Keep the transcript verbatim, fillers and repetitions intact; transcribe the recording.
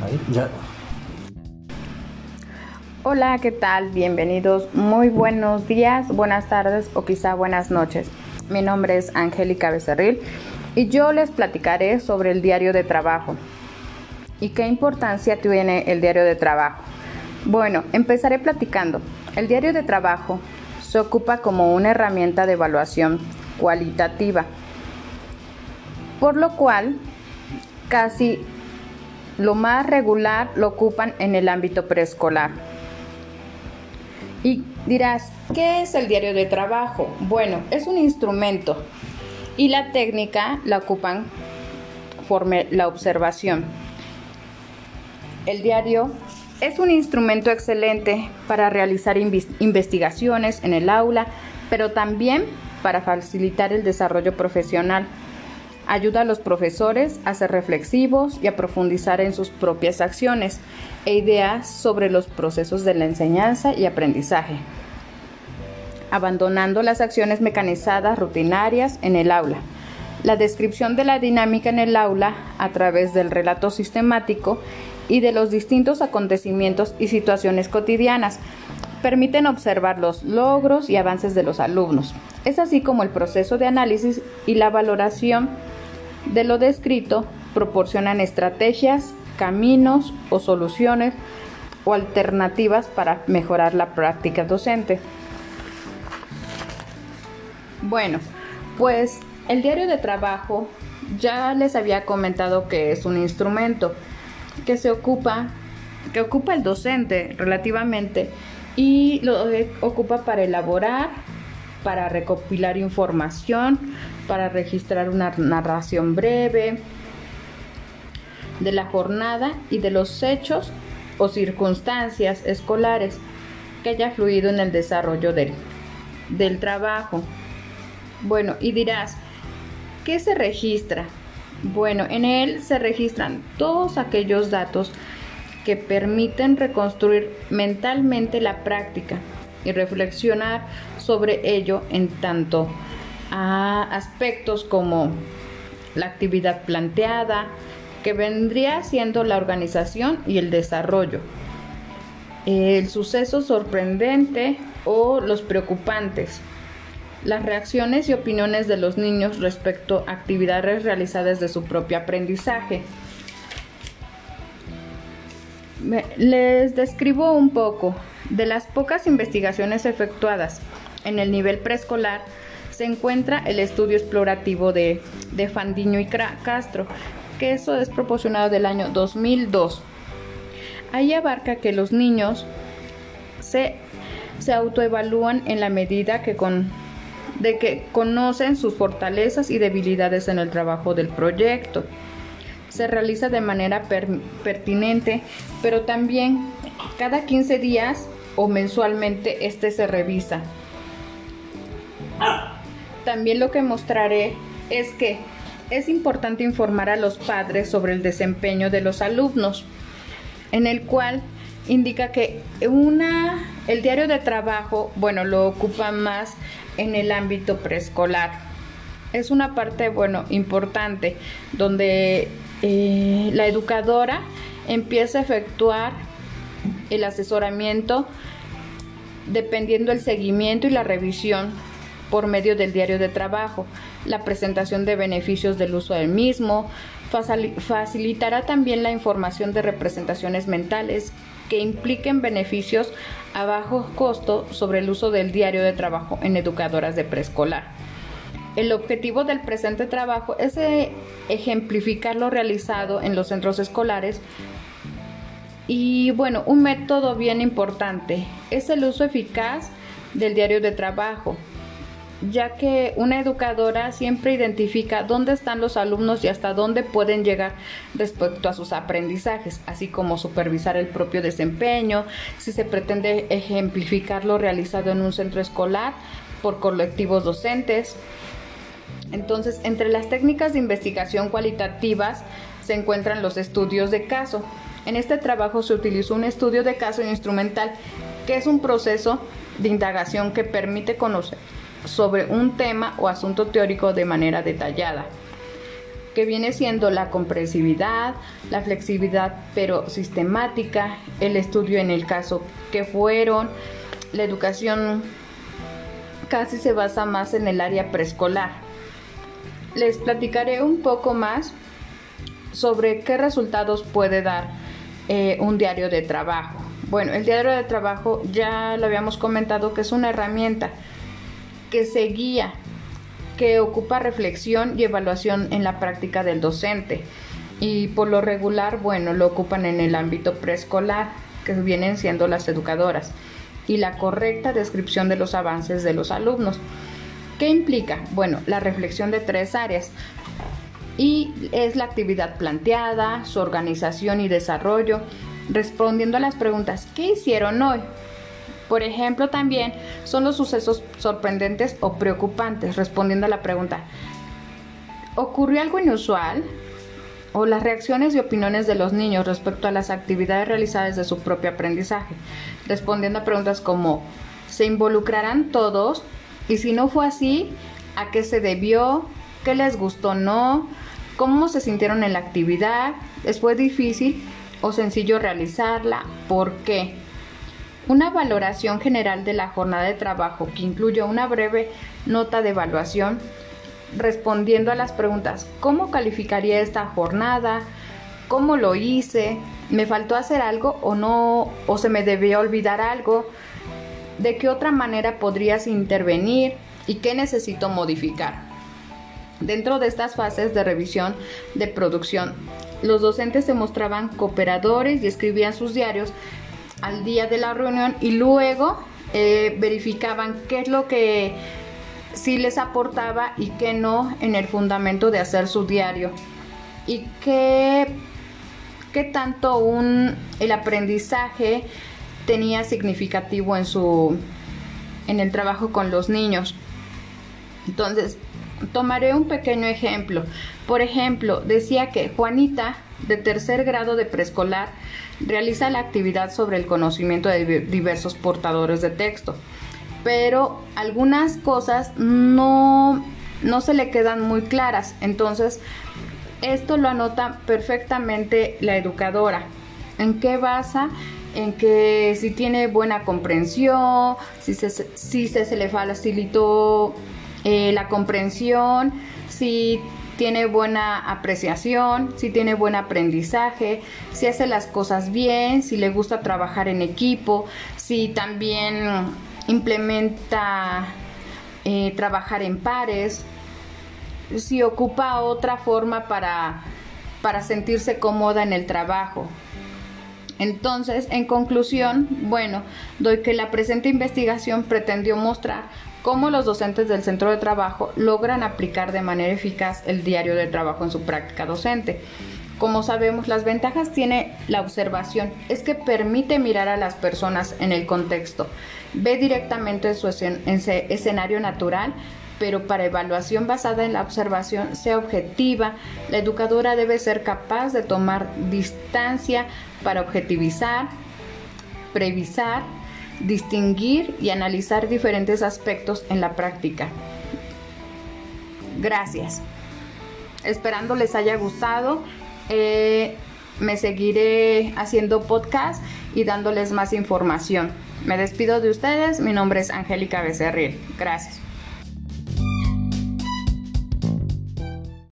Ahí, ya. Hola, ¿qué tal? Bienvenidos. Muy buenos días, buenas tardes o quizá buenas noches. Mi nombre es Angélica Becerril y yo les platicaré sobre el diario de trabajo. ¿Y qué importancia tiene el diario de trabajo? Bueno, empezaré platicando. El diario de trabajo se ocupa como una herramienta de evaluación cualitativa, por lo cual casi lo más regular lo ocupan en el ámbito preescolar. Y dirás, ¿qué es el diario de trabajo? Bueno, es un instrumento y la técnica la ocupan conforme la observación. El diario es un instrumento excelente para realizar investigaciones en el aula, pero también para facilitar el desarrollo profesional. Ayuda a los profesores a ser reflexivos y a profundizar en sus propias acciones e ideas sobre los procesos de la enseñanza y aprendizaje, abandonando las acciones mecanizadas rutinarias en el aula. La descripción de la dinámica en el aula a través del relato sistemático y de los distintos acontecimientos y situaciones cotidianas permiten observar los logros y avances de los alumnos. Es así como el proceso de análisis y la valoración de lo descrito proporcionan estrategias, caminos o soluciones o alternativas para mejorar la práctica docente. Bueno, pues el diario de trabajo ya les había comentado que es un instrumento que se ocupa, que ocupa el docente relativamente y lo ocupa para elaborar, para recopilar información, para registrar una narración breve de la jornada y de los hechos o circunstancias escolares que haya fluido en el desarrollo del, del trabajo. Bueno, y dirás, ¿qué se registra? Bueno, en él se registran todos aquellos datos que permiten reconstruir mentalmente la práctica y reflexionar sobre ello en tanto a aspectos como la actividad planteada, que vendría siendo la organización y el desarrollo, el suceso sorprendente o los preocupantes, las reacciones y opiniones de los niños respecto a actividades realizadas de su propio aprendizaje. Les describo un poco. De las pocas investigaciones efectuadas en el nivel preescolar, se encuentra el estudio explorativo de, de Fandiño y Castro, que eso es proporcionado del año dos mil dos. Ahí abarca que los niños se, se autoevalúan en la medida que con, de que conocen sus fortalezas y debilidades en el trabajo del proyecto. Se realiza de manera per, pertinente, pero también cada quince días o mensualmente este se revisa. También lo que mostraré es que es importante informar a los padres sobre el desempeño de los alumnos, en el cual indica que una, el diario de trabajo, bueno, lo ocupa más en el ámbito preescolar. Es una parte, bueno, importante, donde eh, la educadora empieza a efectuar el asesoramiento dependiendo del seguimiento y la revisión por medio del diario de trabajo, la presentación de beneficios del uso del mismo, facilitará también la información de representaciones mentales que impliquen beneficios a bajo costo sobre el uso del diario de trabajo en educadoras de preescolar. El objetivo del presente trabajo es ejemplificar lo realizado en los centros escolares y, bueno, un método bien importante es el uso eficaz del diario de trabajo, ya que una educadora siempre identifica dónde están los alumnos y hasta dónde pueden llegar respecto a sus aprendizajes, así como supervisar el propio desempeño, si se pretende ejemplificar lo realizado en un centro escolar por colectivos docentes. Entonces, entre las técnicas de investigación cualitativas se encuentran los estudios de caso. En este trabajo se utilizó un estudio de caso instrumental, que es un proceso de indagación que permite conocer sobre un tema o asunto teórico de manera detallada. que viene siendo la comprensividad, la flexibilidad pero sistemática, el estudio en el caso que fueron. La educación casi se basa más en el área preescolar. Les platicaré un poco más sobre qué resultados puede dar eh, un diario de trabajo. Bueno, el diario de trabajo ya lo habíamos comentado que es una herramienta que se guía, que ocupa reflexión y evaluación en la práctica del docente, y por lo regular, bueno, lo ocupan en el ámbito preescolar, que vienen siendo las educadoras, y la correcta descripción de los avances de los alumnos. ¿Qué implica? Bueno, la reflexión de tres áreas, y es la actividad planteada, su organización y desarrollo, respondiendo a las preguntas ¿qué hicieron hoy? Por ejemplo, también son los sucesos sorprendentes o preocupantes, respondiendo a la pregunta ¿ocurrió algo inusual? O las reacciones y opiniones de los niños respecto a las actividades realizadas de su propio aprendizaje, respondiendo a preguntas como ¿se involucrarán todos? Y si no fue así, ¿a qué se debió? ¿Qué les gustó o no? ¿Cómo se sintieron en la actividad? ¿Les fue difícil o sencillo realizarla? ¿Por qué? Una valoración general de la jornada de trabajo que incluye una breve nota de evaluación respondiendo a las preguntas ¿cómo calificaría esta jornada? ¿Cómo lo hice? ¿Me faltó hacer algo o no? ¿O se me debió olvidar algo? ¿De qué otra manera podrías intervenir? ¿Y qué necesito modificar? Dentro de estas fases de revisión de producción, los docentes se mostraban cooperadores y escribían sus diarios al día de la reunión, y luego eh, verificaban qué es lo que sí les aportaba y qué no en el fundamento de hacer su diario, y qué, qué tanto un, el aprendizaje tenía significativo en, su, en el trabajo con los niños. Entonces, tomaré un pequeño ejemplo. Por ejemplo, decía que Juanita, de tercer grado de preescolar, realiza la actividad sobre el conocimiento de diversos portadores de texto, pero algunas cosas no, no se le quedan muy claras. Entonces, esto lo anota perfectamente la educadora. ¿En qué basa? En que si tiene buena comprensión, si se, si se, se le facilitó eh, la comprensión, si tiene buena apreciación, si tiene buen aprendizaje, si hace las cosas bien, si le gusta trabajar en equipo, si también implementa eh, trabajar en pares, si ocupa otra forma para, para sentirse cómoda en el trabajo. Entonces, en conclusión, bueno, doy que la presente investigación pretendió mostrar cómo los docentes del centro de trabajo logran aplicar de manera eficaz el diario de trabajo en su práctica docente. Como sabemos, las ventajas tiene la observación, es que permite mirar a las personas en el contexto, ve directamente su escenario natural, pero para evaluación basada en la observación sea objetiva, la educadora debe ser capaz de tomar distancia para objetivizar, previsar, distinguir y analizar diferentes aspectos en la práctica. Gracias. Esperando les haya gustado. Eh, me seguiré haciendo podcast y dándoles más información. Me despido de ustedes. Mi nombre es Angélica Becerril. Gracias.